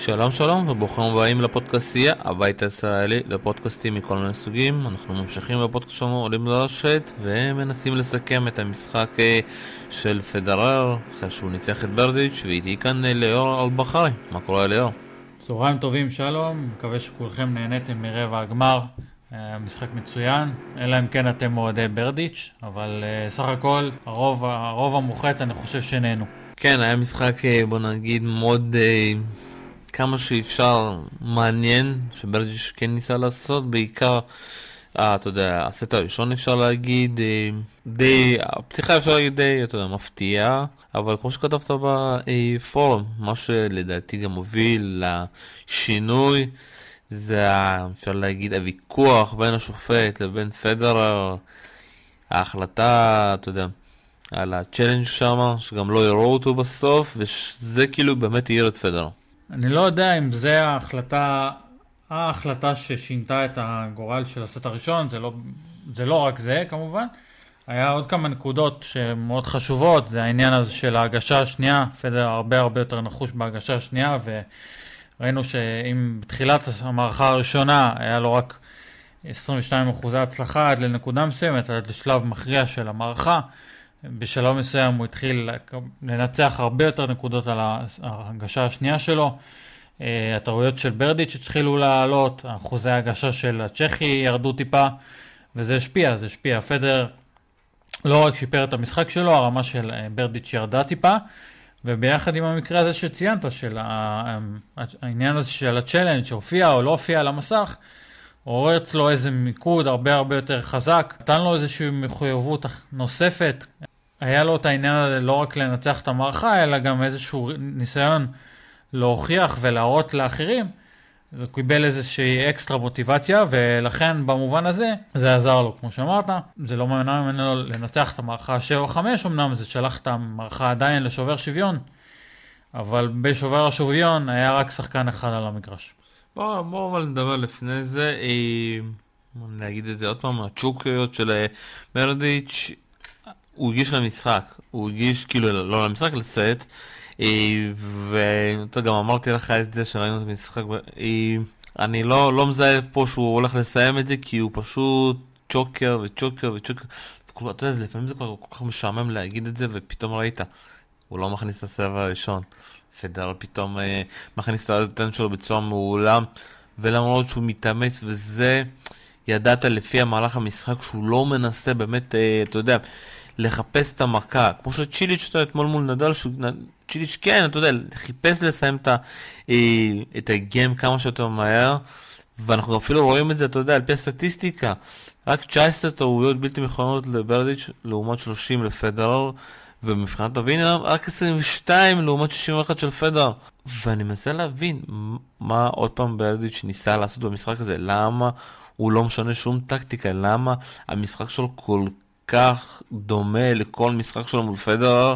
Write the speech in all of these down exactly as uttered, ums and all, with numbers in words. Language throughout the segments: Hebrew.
שלום שלום וברוכים הבאים לפודקאסטייה, הבית הישראלי לפודקאסטים מכל מיני סוגים. אנחנו ממשיכים בפודקאסט שלנו, עולים לרשת ומנסים לסכם את המשחק של פדרר אחרי שהוא ניצח את ברדיץ', ואיתי כאן ליאור אלבחרי. מה קורה ליאור? צהריים טובים, שלום, מקווה שכולכם נהניתם מרבע הגמר. משחק מצוין, אלא אם כן אתם אוהדי ברדיץ', אבל סך הכל הרוב, הרוב המוחץ אני חושב שנהנו. כן, היה משחק בוא נגיד מאוד כמה שאפשר מעניין שברדיץ' כן ניסה לעשות, בעיקר אה, אתה יודע, הסט הראשון אפשר להגיד די, הפתיחה אפשר להגיד די, אתה יודע, מפתיעה, אבל כמו שכתבת בפורום, מה שלדעתי גם מוביל לשינוי זה, אפשר להגיד, הוויכוח בין השופט לבין פדרר, ההחלטה, אתה יודע, על הצ'לנג' שם, שגם לא יראו אותו בסוף, וזה כאילו באמת יעיר את פדרר. אני לא יודע אם זה ההחלטה, ההחלטה ששינתה את הגורל של הסט הראשון, זה לא, זה לא רק זה כמובן. היה עוד כמה נקודות שמאוד חשובות, זה העניין הזה של ההגשה השנייה, פדרר הרבה הרבה יותר נחוש בהגשה השנייה, וראינו שאם בתחילת המערכה הראשונה היה לו רק עשרים ושתיים אחוז הצלחה עד לנקודה מסוימת, עד לשלב מכריע של המערכה, בשלב מסוים הוא התחיל לנצח הרבה יותר נקודות על ההגשה השנייה שלו. הטעויות של ברדיץ' התחילו לעלות, אחוזי ההגשה של הצ'כי ירדו טיפה, וזה השפיע, זה השפיע. פדרר לא רק שיפר את המשחק שלו, הרמה של ברדיץ' ירדה טיפה, וביחד עם המקרה הזה שציינת, של העניין הזה של הצ'לנג' שהופיע או לא הופיע על המסך, עורר אצלו איזה מיקוד הרבה הרבה יותר חזק, נתן לו איזושהי מחויבות נוספת, היה לו את העניין הזה לא רק לנצח את המערכה, אלא גם איזשהו ניסיון להוכיח ולהראות לאחרים, זה קיבל איזושהי אקסטרה מוטיבציה, ולכן במובן הזה זה עזר לו, כמו שאמרת, זה לא מנע ממנו לנצח את המערכה שבע חמש, אמנם זה שלח את המערכה עדיין לשובר שוויון, אבל בשובר השוויון היה רק שחקן אחד על המגרש. בואו בוא, אבל נדבר לפני זה, בואו נגיד את זה עוד פעם, הצ'וקריות של ברדיץ', הוא הגיש למשחק, הוא הגיש כאילו לא למשחק, לסט, ואתה גם אמרתי לך את זה שראינו את המשחק, אני לא, לא מזהה פה שהוא הולך לסיים את זה, כי הוא פשוט צ'וקר וצ'וקר וצ'וקר, אתה יודע, לפעמים זה כבר כל כך משעמם להגיד את זה, ופתאום ראית, הוא לא מכניס את הסבב הראשון, פדרר פתאום אה, מכניס את הדן שלו בצורה מעולה, ולמרות שהוא מתאמץ, וזה ידעת לפי המהלך המשחק שהוא לא מנסה באמת, אה, אתה יודע, לחפש את המכה, כמו שצ'יליץ' אתה אתמול מול נדל, צ'יליץ' כן, אתה יודע, חיפש לסיים את, אה, את הגיים כמה שיותר מהר, ואנחנו אפילו רואים את זה, אתה יודע, על פי הסטטיסטיקה, רק תשע עשרה טעויות בלתי מכוונות לברדיץ' לעומת שלושים לפדרר, ומבחינת הווינר רק עשרים ושתיים לעומת שישים ואחת של פדרר, ואני מנסה להבין מה עוד פעם ברדיץ' ניסה לעשות במשחק הזה, למה הוא לא משנה שום טקטיקה, למה המשחק שלו כל כך דומה לכל משחק שלו מול פדרר,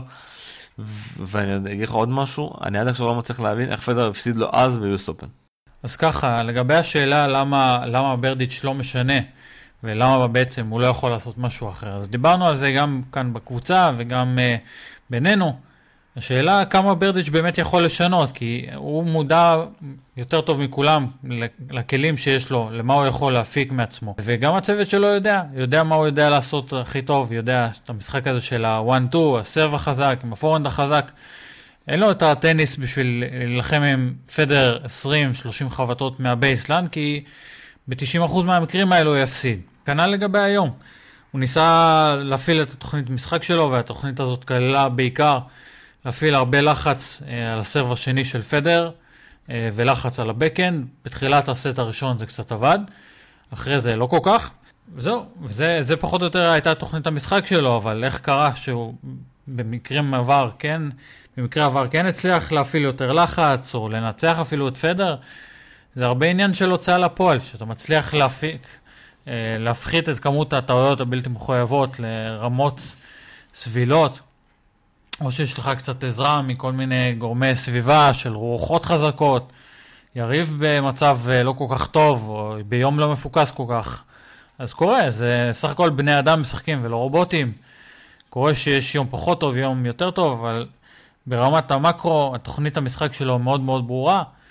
ואני אגיד לך עוד משהו, אני עד עכשיו לא מצליח להבין איך פדרר הפסיד לו אז ב-יו אס Open. אז ככה, לגבי השאלה למה, למה ברדיץ' לא משנה, ולמה בעצם הוא לא יכול לעשות משהו אחר. אז דיברנו על זה גם כאן בקבוצה וגם uh, בינינו. השאלה כמה ברדיץ' באמת יכול לשנות, כי הוא מודע יותר טוב מכולם לכלים שיש לו, למה הוא יכול להפיק מעצמו. וגם הצוות שלו יודע, יודע מה הוא יודע לעשות הכי טוב, יודע את המשחק הזה של ה-אחת שתיים, הסרב החזק, עם הפורנד החזק. אין לו את הטניס בשביל להילחם עם פדרר עשרים שלושים חבטות מהבייסלנד, כי ב-תשעים אחוז מהמקרים האלו הוא יפסיד. כנ"ל לגבי היום. הוא ניסה להפעיל את התוכנית משחק שלו, והתוכנית הזאת כללה בעיקר להפעיל הרבה לחץ אה, על הסרב השני של פדרר, אה, ולחץ על הבקאנד. בתחילת הסט הראשון זה קצת עבד, אחרי זה לא כל כך. וזהו, וזה זה פחות או יותר הייתה תוכנית המשחק שלו, אבל איך קרה שהוא במקרים עבר כן, במקרה עבר כן הצליח להפעיל יותר לחץ, או לנצח אפילו את פדרר, זה הרבה עניין של הוצאה לפועל, שאתה מצליח להפיק, להפחית את כמות הטעויות הבלתי מחויבות לרמות סבילות, או שיש לך קצת עזרה מכל מיני גורמי סביבה של רוחות חזקות, יריב במצב לא כל כך טוב, או ביום לא מפוקס כל כך. אז קורה, זה סך הכל בני אדם משחקים ולא רובוטים. קורה שיש יום פחות טוב, יום יותר טוב, אבל ברמת המקרו, התוכנית המשחק שלו מאוד מאוד ברורה,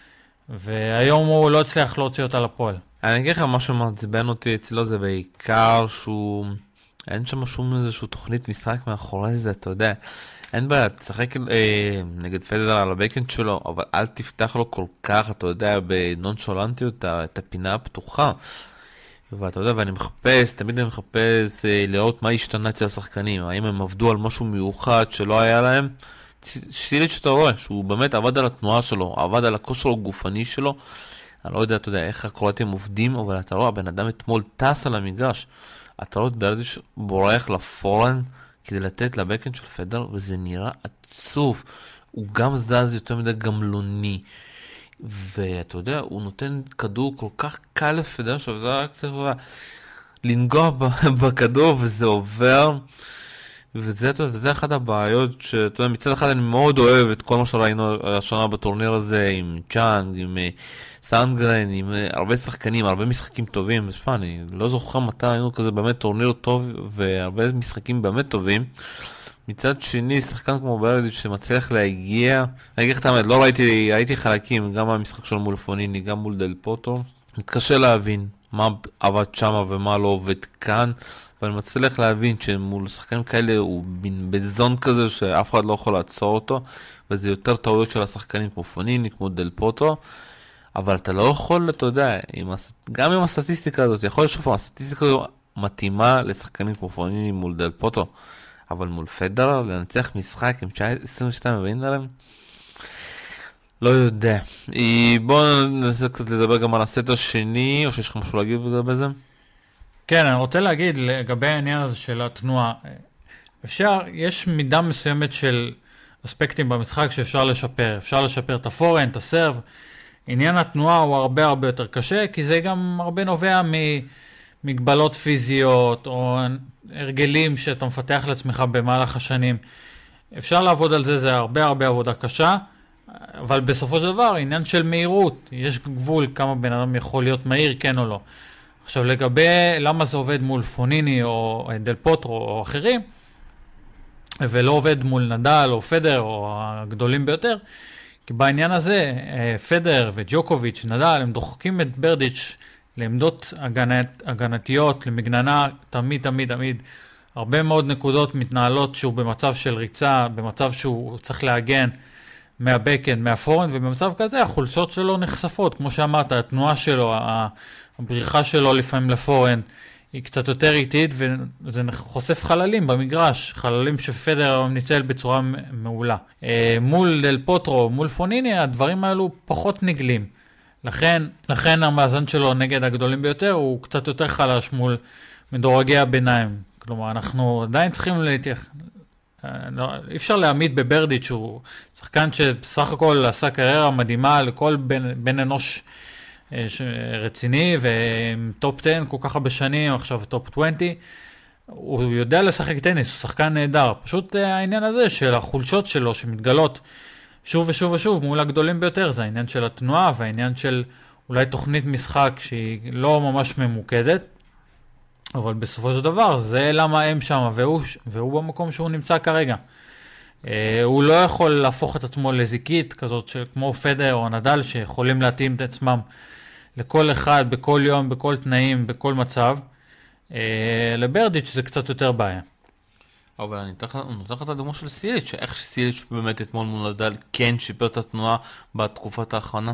והיום הוא לא הצליח להוציא אותה לפועל. אני אגיד לך משהו מעצבן אותי אצלו, זה בעיקר שהוא... אין שם שום איזשהו תוכנית משחק מאחורי זה, אתה יודע. אין בעיה, תשחק אה, נגד פדרר על הבקאנד שלו, אבל אל תפתח לו כל כך, אתה יודע, בנונשולנטיות, את הפינה הפתוחה. ואתה יודע, ואני מחפש, תמיד אני מחפש אה, לראות מה השתנה אצל השחקנים, האם הם עבדו על משהו מיוחד שלא היה להם. סיליץ' שאתה רואה, שהוא באמת עבד על התנועה שלו, עבד על הכושר הגופני שלו. אני לא יודע, אתה יודע, איך הקרואטים עובדים, אבל אתה רואה, הבן אדם אתמול טס על המגרש. אתה רואה את ברדיץ' בורח לפורן כדי לתת לבקאנד של פדרר, וזה נראה עצוב. הוא גם זז יותר מדי גמלוני. ואתה יודע, הוא נותן כדור כל כך קל לפדרר, שזה רק צריך לנגוע בכדור, וזה עובר. וזה, וזה אחד הבעיות שאתה יודע, מצד אחד אני מאוד אוהב את כל מה שראינו השנה בטורניר הזה, עם צ'אנג, עם סנדגרן, עם הרבה שחקנים, הרבה משחקים טובים. ושפה, אני לא זוכר מתי היינו כזה באמת טורניר טוב, והרבה משחקים באמת טובים. מצד שני, שחקן כמו ברדיץ' שמצליח להגיע, אני אגיד לך את האמת, לא ראיתי, ראיתי חלקים, גם המשחק שלו מול פוניני, גם מול דל פוטרו. מתקשה להבין מה עבד שמה ומה לא עובד כאן, אבל אני מצליח להבין שמול שחקנים כאלה הוא בזון כזה שאף אחד לא יכול לעצור אותו, וזה יותר טעויות של השחקנים כמו פוניני, כמו דל פוטרו, אבל אתה לא יכול, אתה יודע, עם, גם עם הסטטיסטיקה הזאת, יכול להיות שוב, הסטטיסטיקה הזאת מתאימה לשחקנים כמו פוניני מול דל פוטרו, אבל מול פדרר, לנצח משחק עם עשרים ושתיים ואינדרם, לא יודע. בואו ננסה קצת לדבר גם על הסט השני, או שיש לך משהו להגיד לגבי זה? כן, אני רוצה להגיד לגבי העניין הזה של התנועה. אפשר, יש מידה מסוימת של אספקטים במשחק שאפשר לשפר. אפשר לשפר את הפורנד, את הסרב. עניין התנועה הוא הרבה הרבה יותר קשה, כי זה גם הרבה נובע ממגבלות פיזיות, או הרגלים שאתה מפתח לעצמך במהלך השנים. אפשר לעבוד על זה, זה הרבה הרבה עבודה קשה, אבל בסופו של דבר, עניין של מהירות. יש גבול כמה בן אדם יכול להיות מהיר, כן או לא. עכשיו לגבי למה זה עובד מול פוניני או דל פוטרו או אחרים, ולא עובד מול נדל או פדר או הגדולים ביותר, כי בעניין הזה פדר וג'וקוביץ' נדל הם דוחקים את ברדיץ' לעמדות הגנת, הגנתיות, למגננה תמיד תמיד תמיד. הרבה מאוד נקודות מתנהלות שהוא במצב של ריצה, במצב שהוא צריך להגן מהבקאנד, מהפורנד, ובמצב כזה החולשות שלו נחשפות, כמו שאמרת, התנועה שלו, הבריחה שלו לפעמים לפורנד, היא קצת יותר איטית, וזה חושף חללים במגרש, חללים שפדר ניצל בצורה מעולה. מול דל פוטרו, מול פוניני, הדברים האלו פחות נגלים. לכן, לכן המאזן שלו נגד הגדולים ביותר, הוא קצת יותר חלש מול מדורגי הביניים. כלומר, אנחנו עדיין צריכים להתייח... לא, אי אפשר להעמיד בברדיץ' שהוא שחקן שבסך הכל עשה קריירה מדהימה לכל בן, בן אנוש רציני, ועם טופ עשר כל כך הרבה שנים, עכשיו טופ עשרים, הוא יודע לשחק טניס, הוא שחקן נהדר. פשוט העניין הזה של החולשות שלו שמתגלות שוב ושוב ושוב מול הגדולים ביותר, זה העניין של התנועה והעניין של אולי תוכנית משחק שהיא לא ממש ממוקדת, אבל בסופו של דבר זה למה הם שם, והוא, והוא במקום שהוא נמצא כרגע. הוא לא יכול להפוך את עצמו לזיקית כזאת כמו פדר או נדל שיכולים להתאים את עצמם לכל אחד, בכל יום, בכל תנאים, בכל מצב. לברדיץ' זה קצת יותר בעיה. אבל אני נותן לך את הדוגמה של סיליץ', איך סיליץ' באמת אתמול מול נדל כן שיפר את התנועה בתקופת האחרונה?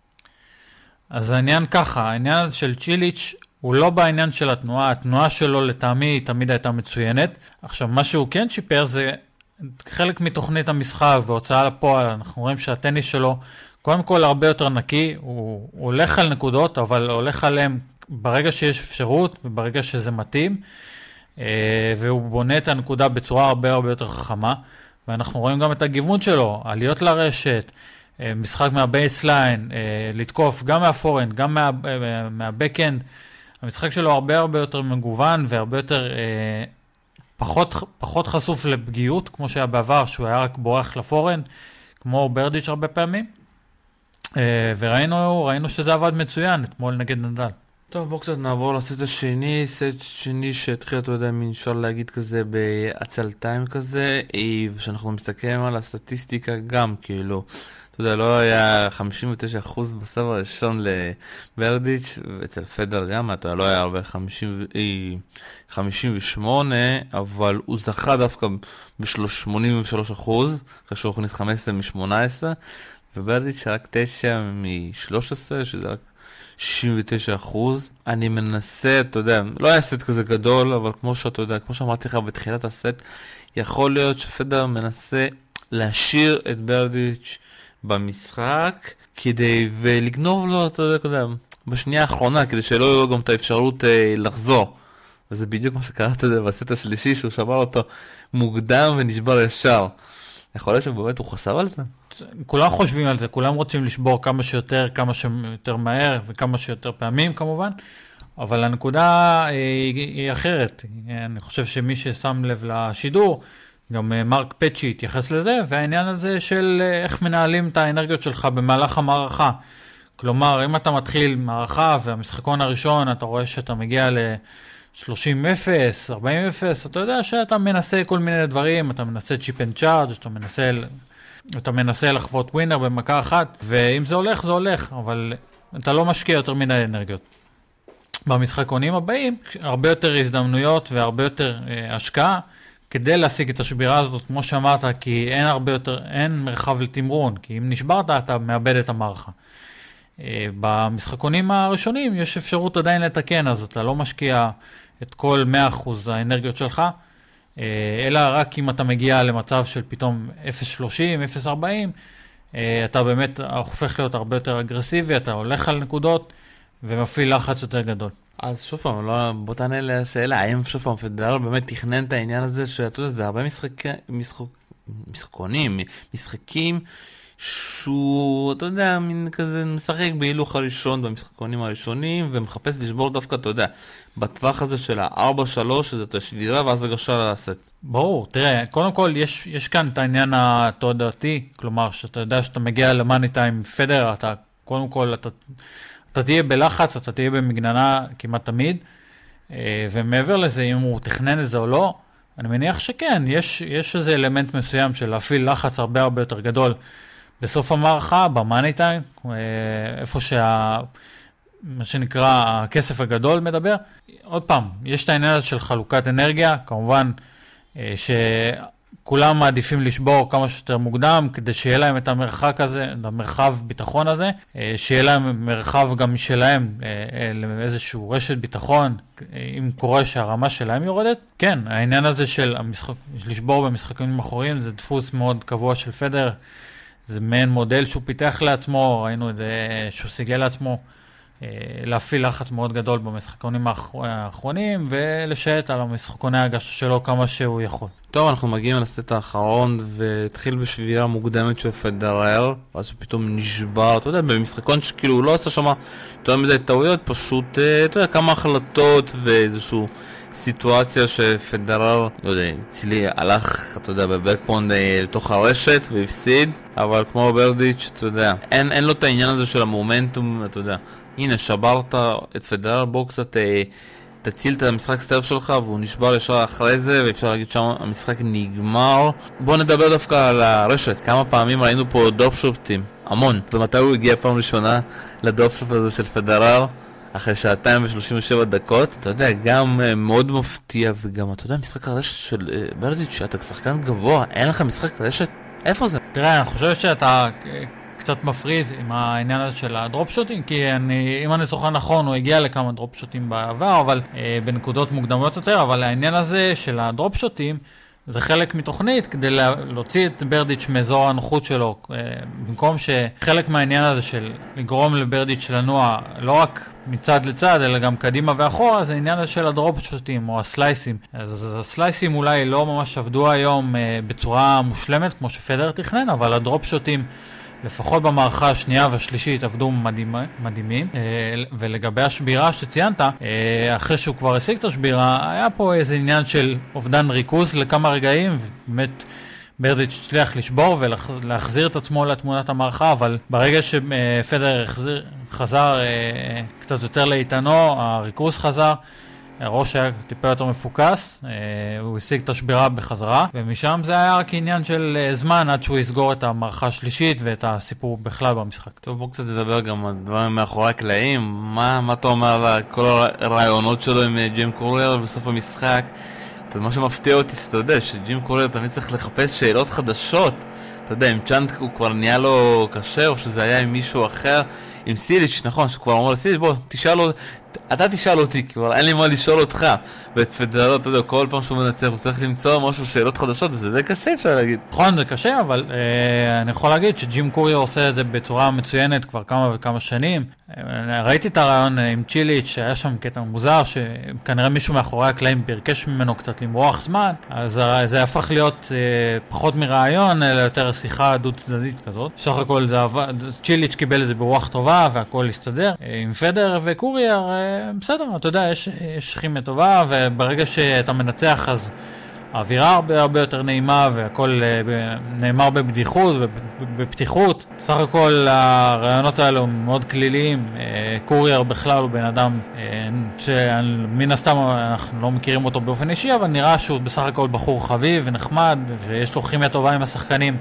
אז העניין ככה, העניין הזה של צ'יליץ' הוא לא בעניין של התנועה, התנועה שלו לטעמי תמיד הייתה מצוינת. עכשיו, מה שהוא כן שיפר זה חלק מתוכנית המשחק והוצאה לפועל. אנחנו רואים שהטניס שלו קודם כל הרבה יותר נקי, הוא, הוא הולך על נקודות, אבל הולך עליהם ברגע שיש אפשרות וברגע שזה מתאים, והוא בונה את הנקודה בצורה הרבה הרבה יותר חכמה, ואנחנו רואים גם את הגיוון שלו, עליות לרשת, משחק מהבייסליין, לתקוף גם מהפורנד, גם מה, מהבקאנד. המשחק שלו הרבה הרבה יותר מגוון והרבה יותר פחות, פחות חשוף לפגיעות, כמו שהיה בעבר, שהוא היה רק בורח לפורנד, כמו ברדיץ' הרבה פעמים. וראינו ראינו שזה עבד מצוין אתמול נגד נדל. טוב, בואו קצת נעבור לסט השני, סט שני שהתחיל, אתה יודע, מין אפשר להגיד כזה בעצלתיים כזה, ושאנחנו מסתכלים על הסטטיסטיקה גם, כאילו, אתה יודע, לא היה חמישים ותשעה אחוז בסבב הראשון לברדיץ', ואצל פדר גם, אתה לא היה הרבה חמישים ושמונה, אבל הוא זכה דווקא ב-שמונים ושלושה אחוז, אחרי שהוא הכניס חמש עשרה מ-שמונה עשרה, וברדיץ' רק תשע מ-שלוש עשרה, שזה רק שישים ותשעה אחוז. אני מנסה, אתה יודע, לא היה סט כזה גדול, אבל כמו שאתה יודע, כמו שאמרתי לך בתחילת הסט, יכול להיות שפדר מנסה להשאיר את ברדיץ' במשחק, כדי ולגנוב לו, אתה יודע, בשנייה האחרונה, כדי שלא יהיה לו גם את האפשרות אה, לחזור. וזה בדיוק מה שקרה, אתה יודע, בסט השלישי, שהוא שבר אותו מוקדם ונשבר ישר. יכול להיות שבאמת הוא חשב על זה? כולם חושבים על זה, כולם רוצים לשבור כמה שיותר, כמה שיותר מהר וכמה שיותר פעמים כמובן, אבל הנקודה היא, היא אחרת. אני חושב שמי ששם לב לשידור, גם מרק פצ'י התייחס לזה, והעניין הזה של איך מנהלים את האנרגיות שלך במהלך המערכה. כלומר, אם אתה מתחיל מערכה והמשחקון הראשון, אתה רואה שאתה מגיע ל-שלושים אפס, ארבעים אפס, אתה יודע שאתה מנסה כל מיני דברים, אתה מנסה צ'יפ אנד צ'ארג', אתה מנסה, אתה מנסה לחוות ווינר במכה אחת, ואם זה הולך, זה הולך, אבל אתה לא משקיע יותר מן האנרגיות. במשחקונים הבאים, הרבה יותר הזדמנויות והרבה יותר אה, השקעה, כדי להשיג את השבירה הזאת, כמו שאמרת, כי אין הרבה יותר, אין מרחב לתמרון, כי אם נשברת, אתה מאבד את המערכה. במשחקונים הראשונים יש אפשרות עדיין לתקן, אז אתה לא משקיע את כל מאה אחוז האנרגיות שלך, אלא רק אם אתה מגיע למצב של פתאום אפס שלושים, אפס ארבעים, אתה באמת הופך להיות הרבה יותר אגרסיבי, אתה הולך על נקודות ומפעיל לחץ יותר גדול. אז שוב פעם, לא, בוא תענה לשאלה, האם שוב פעם פדרר באמת תכנן את העניין הזה, שאתה יודע, זה הרבה משחק, משחק, משחקונים, משחקים, שהוא, אתה יודע, מין כזה משחק בהילוך הראשון במשחקונים הראשונים, ומחפש לשבור דווקא, אתה יודע, בטווח הזה של ה-ארבע שלוש, שזה את השבירה, ואז הגשה לעשת. ברור, תראה, קודם כל, יש, יש כאן את העניין התודעתי, כלומר, שאתה יודע שאתה מגיע למאני טיים פדר, אתה, קודם כל, אתה, אתה תהיה בלחץ, אתה תהיה במגננה כמעט תמיד, ומעבר לזה, אם הוא תכנן את זה או לא, אני מניח שכן, יש, יש איזה אלמנט מסוים של להפעיל לחץ הרבה הרבה יותר גדול, בסוף המערכה, במאני טיים, איפה שה... מה שנקרא הכסף הגדול מדבר. עוד פעם, יש את העניין הזה של חלוקת אנרגיה, כמובן שכולם מעדיפים לשבור כמה שיותר מוקדם, כדי שיהיה להם את המרחק הזה, את המרחב ביטחון הזה, שיהיה להם מרחב גם משלהם, לאיזשהו רשת ביטחון, אם קורה שהרמה שלהם יורדת. כן, העניין הזה של המשחק... לשבור במשחקים אחוריים, זה דפוס מאוד קבוע של פדר, זה מעין מודל שהוא פיתח לעצמו, ראינו את זה שהוא סיגל לעצמו, להפעיל לחץ מאוד גדול במשחקונים האחרונים, ולשייט על המשחקוני ההגשה שלו כמה שהוא יכול. טוב, אנחנו מגיעים לסט האחרון, והתחיל בשבירה מוקדמת של פדרר, ואז הוא פתאום נשבר, אתה יודע, במשחקון שכאילו הוא לא עשה שמה יותר מדי טעויות, פשוט, אתה יודע, כמה החלטות ואיזשהו סיטואציה שפדרר, לא יודע, אצלי הלך, אתה יודע, בבקפונד לתוך הרשת והפסיד, אבל כמו ברדיץ', אתה יודע, אין, אין לו את העניין הזה של המומנטום, אתה יודע, הנה, שברת את פדרר, בוא קצת אה, תציל את המשחק סטרף שלך, והוא נשבר ישר אחרי זה, ואפשר להגיד שם המשחק נגמר. בוא נדבר דווקא על הרשת, כמה פעמים ראינו פה דופשוטים, המון, ומתי הוא הגיע פעם ראשונה לדופשוט הזה של פדרר? אחרי שעתיים ושלושים ושבע דקות, אתה יודע, גם uh, מאוד מפתיע, וגם, אתה יודע, משחק הרשת של uh, ברדיץ' שאתה שחקן גבוה, אין לך משחק רשת? איפה זה? תראה, אני חושב שאתה קצת מפריז עם העניין הזה של הדרופשוטים, כי אני, אם אני זוכר נכון, הוא הגיע לכמה דרופשוטים בעבר, אבל uh, בנקודות מוקדמות יותר, אבל העניין הזה של הדרופשוטים, זה חלק מתוכנית כדי להוציא את ברדיץ' מאזור הנוחות שלו, במקום שחלק מהעניין הזה של לגרום לברדיץ' לנוע לא רק מצד לצד, אלא גם קדימה ואחורה, זה העניין הזה של הדרופשוטים או הסלייסים. אז הסלייסים אולי לא ממש עבדו היום בצורה מושלמת כמו שפדר תכנן, אבל הדרופשוטים לפחות במערכה השנייה והשלישית עבדו מדהימים, ולגבי השבירה שציינת, אחרי שהוא כבר השיג את השבירה, היה פה איזה עניין של אובדן ריכוז לכמה רגעים, ובאמת ברדיץ' הצליח לשבור ולהחזיר את עצמו לתמונת המערכה, אבל ברגע שפדר החזיר, חזר קצת יותר לאיתנו, הריכוז חזר, הראש היה טיפה יותר מפוקס, הוא השיג את השבירה בחזרה, ומשם זה היה רק עניין של זמן עד שהוא יסגור את המערכה השלישית ואת הסיפור בכלל במשחק. טוב, בואו קצת נדבר גם על דברים מאחורי הקלעים. מה, מה אתה אומר על כל הרעיונות שלו עם ג'ים קורייר בסוף המשחק? מה שמפתיע אותי שאתה יודע שג'ים קורייר תמיד צריך לחפש שאלות חדשות. אתה יודע, אם צ'אנט הוא כבר נהיה לו קשה, או שזה היה עם מישהו אחר, עם סיליץ', נכון, שכבר אמר לסיליץ', בוא, תשאל לו, אתה תשאל אותי, כבר אין לי מה לשאול אותך. ואת פדרר, אתה יודע, כל פעם שהוא מנצח, הוא צריך למצוא משהו, שאלות חדשות, וזה די קשה, אפשר להגיד. נכון, זה קשה, אבל אה, אני יכול להגיד שג'ים קורייר עושה את זה בצורה מצוינת כבר כמה וכמה שנים. אה, ראיתי את הרעיון עם צ'יליץ', שהיה שם קטע מוזר, שכנראה מישהו מאחורי הקלעים ברכש ממנו קצת למרוח זמן, אז זה הפך להיות אה, פחות מרעיון, אלא יותר שיחה דו צדדית כזאת. סך הכל זה עבד, צ'יליץ' קיבל את זה ברוח טובה, והכל הסתדר. אה, עם פדר וקורייר, אה, בסדר, אתה יודע, יש, יש כימיה טובה, וברגע שאתה מנצח אז האווירה הרבה הרבה יותר נעימה, והכל נאמר בבדיחות ובפתיחות. סך הכל הרעיונות האלו מאוד כליליים. קורייר בכלל הוא בן אדם שמן הסתם אנחנו לא מכירים אותו באופן אישי, אבל נראה שהוא בסך הכל בחור חביב ונחמד, ויש לו כימיה טובה עם השחקנים,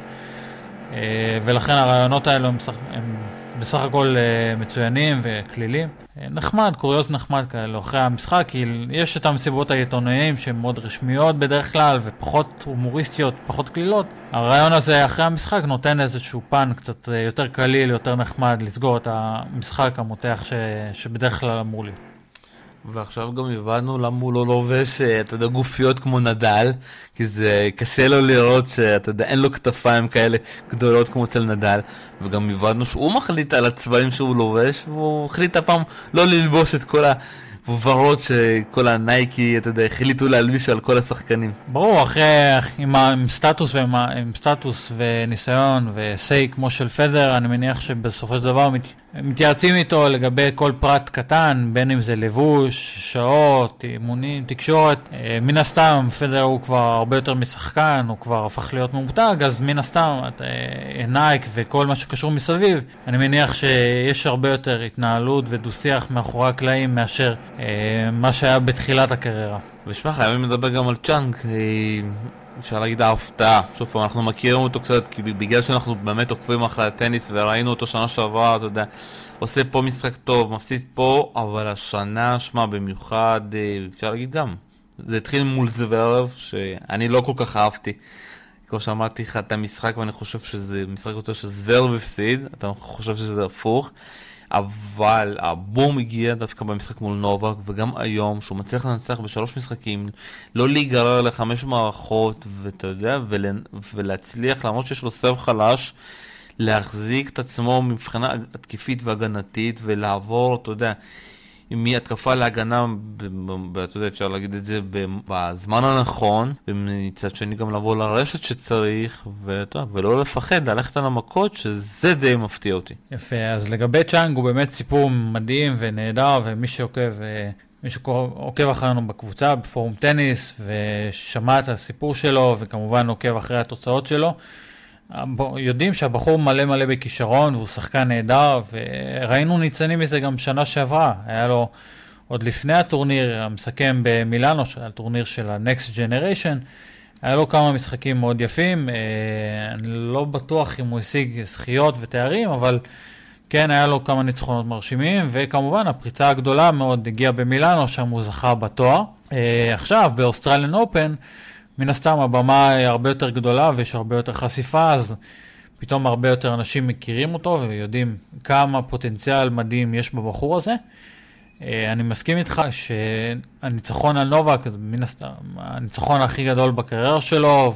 ולכן הרעיונות האלו הם, הם בסך הכל מצוינים וכלילים. נחמד, קוריות נחמד כאלה אחרי המשחק, כי יש את המסיבות העיתונאים שהן מאוד רשמיות בדרך כלל, ופחות הומוריסטיות, פחות כלילות. הרעיון הזה אחרי המשחק נותן איזשהו פן קצת יותר קליל, יותר נחמד, לסגור את המשחק המותח ש... שבדרך כלל אמור להיות. ועכשיו גם הבנו למה הוא לא לובש, אתה יודע, גופיות כמו נדל, כי זה קשה לו לראות שאתה יודע, אין לו כתפיים כאלה גדולות כמו אצל נדל, וגם הבנו שהוא מחליט על הצבעים שהוא לובש, והוא החליט הפעם לא ללבוש את כל הוורוד שכל הנייקי, אתה יודע, החליטו להלביש על כל השחקנים. ברור, אחרי, עם, עם סטטוס ועם, עם סטטוס וניסיון וסי כמו של פדר, אני מניח שבסופו של דבר מת, מתייעצים איתו לגבי כל פרט קטן, בין אם זה לבוש, שעות, אימונים, תקשורת. מן הסתם, פדר הוא כבר הרבה יותר משחקן, הוא כבר הפך להיות ממותג, אז מן הסתם, נייק וכל מה שקשור מסביב, אני מניח שיש הרבה יותר התנהלות ודו-שיח מאחורי הקלעים מאשר מה שהיה בתחילת הקריירה. ושמע, חייבים לדבר גם על צ'אנג, אפשר להגיד ההפתעה. שוב, אנחנו מכירים אותו קצת, כי בגלל שאנחנו באמת עוקבים אחרי הטניס, וראינו אותו שנה שעברה, אתה יודע, עושה פה משחק טוב, מפסיד פה, אבל השנה, שמע, במיוחד, אפשר להגיד גם, זה התחיל מול זוורב, שאני לא כל כך אהבתי. כמו שאמרתי לך, את המשחק, ואני חושב שזה משחק יותר שזוורב הפסיד, אתה חושב שזה הפוך, אבל הבום הגיע דווקא במשחק מול נובק, וגם היום שהוא מצליח לנצח בשלוש משחקים, לא להיגרר לחמש מערכות, ואתה יודע, ולהצליח, למרות שיש לו סרב חלש, להחזיק את עצמו מבחינה התקפית והגנתית, ולעבור, אתה יודע, מהתקפה להגנה, אתה יודע, אפשר להגיד את זה בזמן הנכון, ומצד שני גם לבוא לרשת שצריך, ולא לפחד, ללכת על המכות, שזה די מפתיע אותי. יפה, אז לגבי צ'אנג הוא באמת סיפור מדהים ונהדר, ומי שעוקב, מי שעוקב אחרינו בקבוצה, בפורום טניס, ושמע את הסיפור שלו, וכמובן עוקב אחרי התוצאות שלו, יודעים שהבחור מלא מלא בכישרון, והוא שחקן נהדר, וראינו ניצנים מזה גם שנה שעברה. היה לו עוד לפני הטורניר המסכם במילאנו, הטורניר של ה-Next Generation, היה לו כמה משחקים מאוד יפים. אני לא בטוח אם הוא השיג זכיות ותארים, אבל כן, היה לו כמה ניצחונות מרשימים, וכמובן הפריצה הגדולה מאוד הגיעה במילאנו, שם הוא זכה בתואר. עכשיו, באוסטרליאן אופן, מן הסתם הבמה היא הרבה יותר גדולה ויש הרבה יותר חשיפה, אז פתאום הרבה יותר אנשים מכירים אותו ויודעים כמה פוטנציאל מדהים יש בבחור הזה. אני מסכים איתך שהניצחון על נובק, מן הסתם הניצחון הכי גדול בקריירה שלו,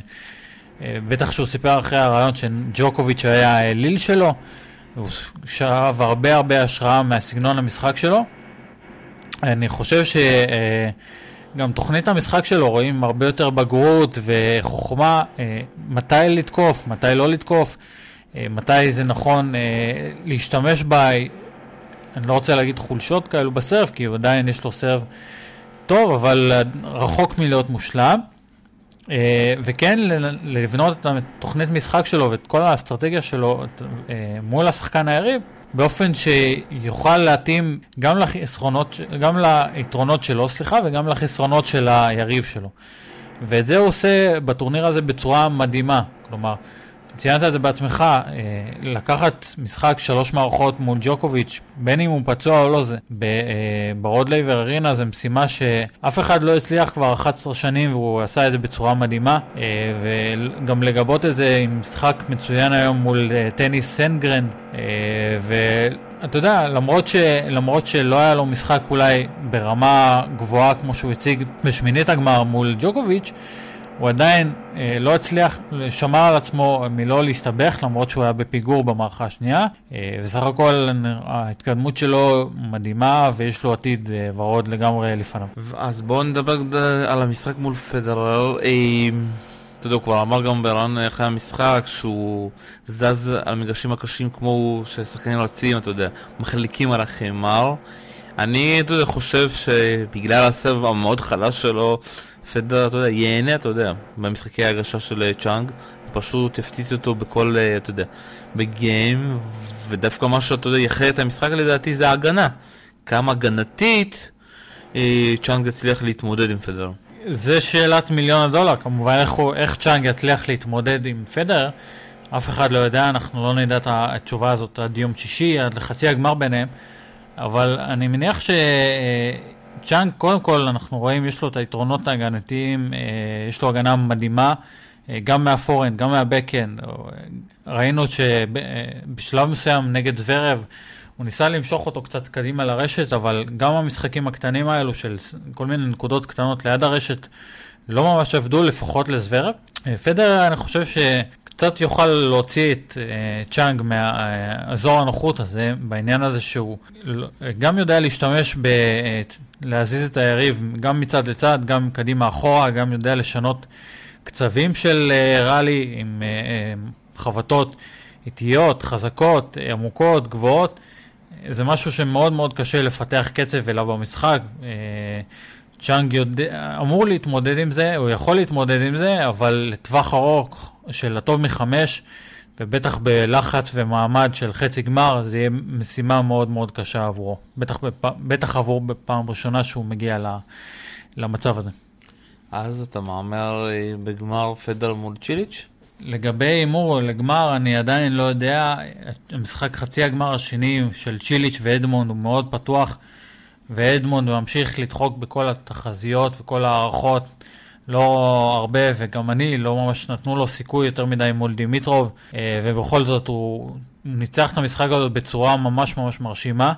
ובטח שהוא סיפר אחרי הרעיון שג'וקוביץ' היה האליל שלו, הוא שאב הרבה הרבה השראה מהסגנון המשחק שלו. אני חושב ש... גם תוכנית המשחק שלו רואים הרבה יותר בגרות וחוכמה, מתי לתקוף, מתי לא לתקוף, מתי זה נכון להשתמש בה. אני לא רוצה להגיד חולשות כאלו בסרב, כי עדיין יש לו סרב טוב, אבל רחוק מלהיות מושלם. וכן לבנות את תוכנית משחק שלו ואת כל האסטרטגיה שלו מול השחקן היריב, באופן שיוכל להתאים גם לחסרונות, גם ליתרונות שלו, סליחה, וגם לחסרונות של היריב שלו. ואת זה הוא עושה בטורניר הזה בצורה מדהימה. כלומר, ציינת את זה בעצמך, לקחת משחק שלוש מערכות מול ג'וקוביץ', בין אם הוא פצוע או לא, זה ברוד לייבר ארינה, זה משימה שאף אחד לא הצליח כבר אחת עשרה שנים, והוא עשה את זה בצורה מדהימה, וגם לגבות את זה עם משחק מצוין היום מול טניס סנגרן, ואתה יודע, למרות, ש... למרות שלא היה לו משחק אולי ברמה גבוהה כמו שהוא הציג בשמינית הגמר מול ג'וקוביץ', הוא עדיין אה, לא הצליח לשמר על עצמו מלא להסתבך, למרות שהוא היה בפיגור במערכה השנייה, אה, וסך הכל ההתקדמות שלו מדהימה, ויש לו עתיד אה, ורוד לגמרי לפניו. אז בואו נדבר על המשחק מול פדרר. אה, אתה יודע, הוא כבר אמר גם ברן אחרי המשחק, שהוא זז על מגרשים הקשים כמו ששחקנים רצים, אתה יודע, מחליקים על החמר. אני, אתה יודע, חושב שבגלל הסבב המאוד חלש שלו, פדר, אתה יודע, ייהנה, אתה יודע, במשחקי ההגשה של צ'אנג, פשוט יפציץ אותו בכל, אתה יודע, בגיים, ודווקא מה שאתה יודע, יחיה את המשחק לדעתי זה ההגנה. כמה הגנתית צ'אנג יצליח להתמודד עם פדר. זה שאלת מיליון הדולר, כמובן איך, איך צ'אנג יצליח להתמודד עם פדר, אף אחד לא יודע, אנחנו לא נדע את התשובה הזאת עד יום שישי, עד לחצי הגמר ביניהם, אבל אני מניח ש... צ'אנג, קודם כל, אנחנו רואים, יש לו את היתרונות ההגנתיים, יש לו הגנה מדהימה, גם מהפורנד, גם מהבקאנד. ראינו שבשלב מסוים נגד זוורב, הוא ניסה למשוך אותו קצת קדימה לרשת, אבל גם המשחקים הקטנים האלו של כל מיני נקודות קטנות ליד הרשת, לא ממש עבדו, לפחות לזוורב. פדר, אני חושב שקצת יוכל להוציא את צ'אנג מהאזור הנוחות הזה, בעניין הזה שהוא גם יודע להשתמש ב... להזיז את היריב גם מצד לצד, גם קדימה אחורה, גם יודע לשנות קצבים של רלי עם חבטות איטיות, חזקות, עמוקות, גבוהות. זה משהו שמאוד מאוד קשה לפתח קצב אליו במשחק. צ'אנג יודע, אמור להתמודד עם זה, הוא יכול להתמודד עם זה, אבל לטווח ארוך של הטוב מחמש, ובטח בלחץ ומעמד של חצי גמר, זה יהיה משימה מאוד מאוד קשה עבורו. בטח, בפ... בטח עבור בפעם ראשונה שהוא מגיע למצב הזה. אז אתה מאמר בגמר פדר מול צ'יליץ'? לגבי אימור לגמר, אני עדיין לא יודע. המשחק חצי הגמר השני של צ'יליץ' ואדמונד הוא מאוד פתוח, ואדמונד ממשיך לדחוק בכל התחזיות וכל הערכות. לא הרבה, וגם אני, לא ממש נתנו לו סיכוי יותר מדי מול דימיטרוב, ובכל זאת הוא ניצח את המשחק הזה בצורה ממש ממש מרשימה.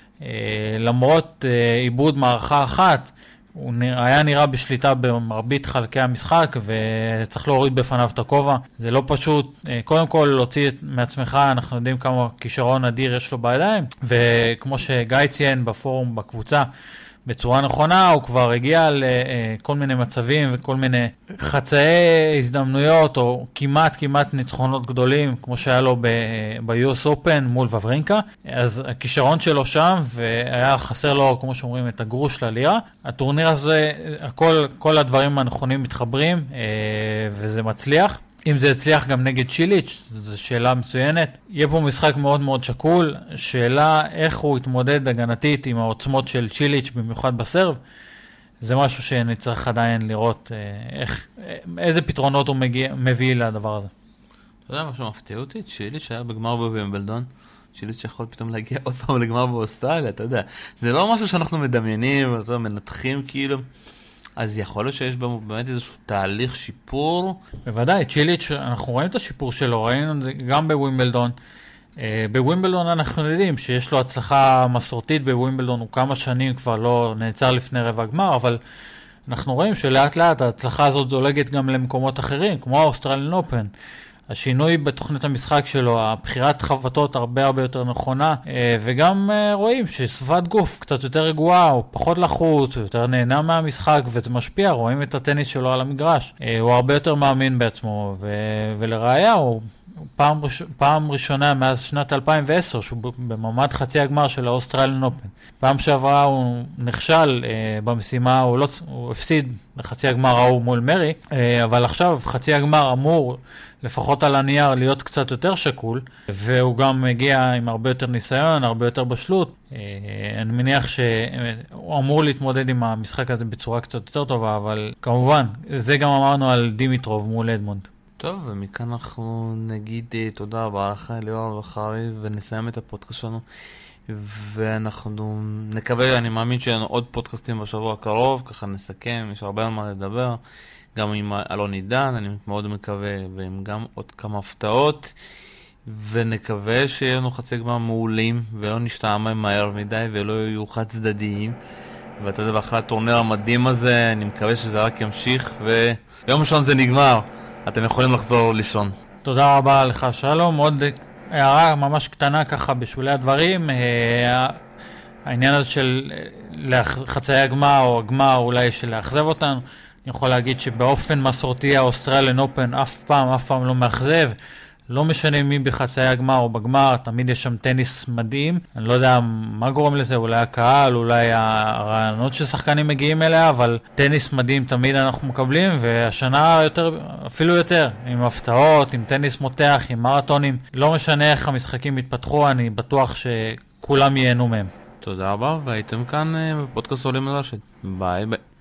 למרות עיבוד מערכה אחת, הוא היה נראה בשליטה במרבית חלקי המשחק, וצריך להוריד בפניו את הכובע. זה לא פשוט, קודם כל להוציא מעצמך, אנחנו יודעים כמה כישרון אדיר יש לו בידיים, וכמו שגיא ציין בפורום, בקבוצה, בצורה נכונה, הוא כבר הגיע לכל מיני מצבים וכל מיני חצאי הזדמנויות, או כמעט כמעט ניצחונות גדולים, כמו שהיה לו ב-יו אס Open מול וברינקה. אז הכישרון שלו שם, והיה חסר לו, כמו שאומרים, את הגרוש ללירה. הטורניר הזה, הכל, כל הדברים הנכונים מתחברים, וזה מצליח. אם זה הצליח גם נגד צ'יליץ', זו שאלה מצוינת. יהיה פה משחק מאוד מאוד שקול, שאלה איך הוא יתמודד הגנתית עם העוצמות של צ'יליץ' במיוחד בסרב. זה משהו שנצטרך עדיין לראות איך, איזה פתרונות הוא מגיע, מביא לדבר הזה. אתה יודע משהו מפתיע אותי? צ'יליץ' היה בגמר בווימבלדון, צ'יליץ' יכול פתאום להגיע עוד פעם לגמר באוסטרליה, אתה יודע. זה לא משהו שאנחנו מדמיינים, אתה יודע, מנתחים כאילו. אז יכול להיות שיש באמת איזשהו תהליך שיפור? בוודאי, צ'יליץ', אנחנו רואים את השיפור שלו, ראינו את זה גם בווימבלדון. בווימבלדון אנחנו יודעים שיש לו הצלחה מסורתית בווימבלדון, הוא כמה שנים כבר לא נעצר לפני רבע גמר, אבל אנחנו רואים שלאט לאט ההצלחה הזאת זולגת גם למקומות אחרים, כמו האוסטרליאן אופן. השינוי בתוכנית המשחק שלו, הבחירת חבטות הרבה הרבה יותר נכונה, וגם רואים ששפת גוף קצת יותר רגועה, הוא פחות לחוץ, הוא יותר נהנה מהמשחק, וזה משפיע, רואים את הטניס שלו על המגרש. הוא הרבה יותר מאמין בעצמו, ו- ולראיה הוא פעם, ראש, פעם ראשונה מאז שנת אלפיים ועשר, שהוא במעמד חצי הגמר של האוסטרליאן אופן. פעם שעברה הוא נכשל אה, במשימה, הוא, לא, הוא הפסיד לחצי הגמר ההוא מול מרי, אה, אבל עכשיו חצי הגמר אמור, לפחות על הנייר, להיות קצת יותר שקול, והוא גם מגיע עם הרבה יותר ניסיון, הרבה יותר בשלות. אה, אני מניח שהוא אמור להתמודד עם המשחק הזה בצורה קצת יותר טובה, אבל כמובן, זה גם אמרנו על דימיטרוב מול אדמונד. טוב, ומכאן אנחנו נגיד תודה רבה לך, ליאור וחרי, ונסיים את הפודקאסט שלנו. ואנחנו נקווה, אני מאמין שיהיה לנו עוד פודקאסטים בשבוע הקרוב, ככה נסכם, יש הרבה מה לדבר, גם עם אלון עידן, אני מאוד מקווה, ועם גם עוד כמה הפתעות, ונקווה שיהיה לנו חצי גמר מעולים, ולא נשתעמם מהר מדי, ולא יהיו חד צדדיים, ואתה יודע, באחרי הטורניר המדהים הזה, אני מקווה שזה רק ימשיך, ויום ראשון זה נגמר. אתם יכולים לחזור לישון. תודה רבה לך שלום. עוד הערה ממש קטנה ככה בשולי הדברים. העניין הזה של חצי הגמר או הגמר אולי של לאכזב אותנו. אני יכול להגיד שבאופן מסורתי האוסטרליאן אופן אף פעם, אף פעם לא מאכזב. לא משנה מי בחצי הגמר או בגמר, תמיד יש שם טניס מדהים. אני לא יודע מה גורם לזה, אולי הקהל, אולי הרעיונות ששחקנים מגיעים אליה, אבל טניס מדהים תמיד אנחנו מקבלים, והשנה יותר, אפילו יותר, עם הפתעות, עם טניס מותח, עם מרתונים. לא משנה איך המשחקים מתפתחו, אני בטוח שכולם ייהנו מהם. תודה רבה, והייתם כאן בפודקאסט עולים לרשת. ביי ביי.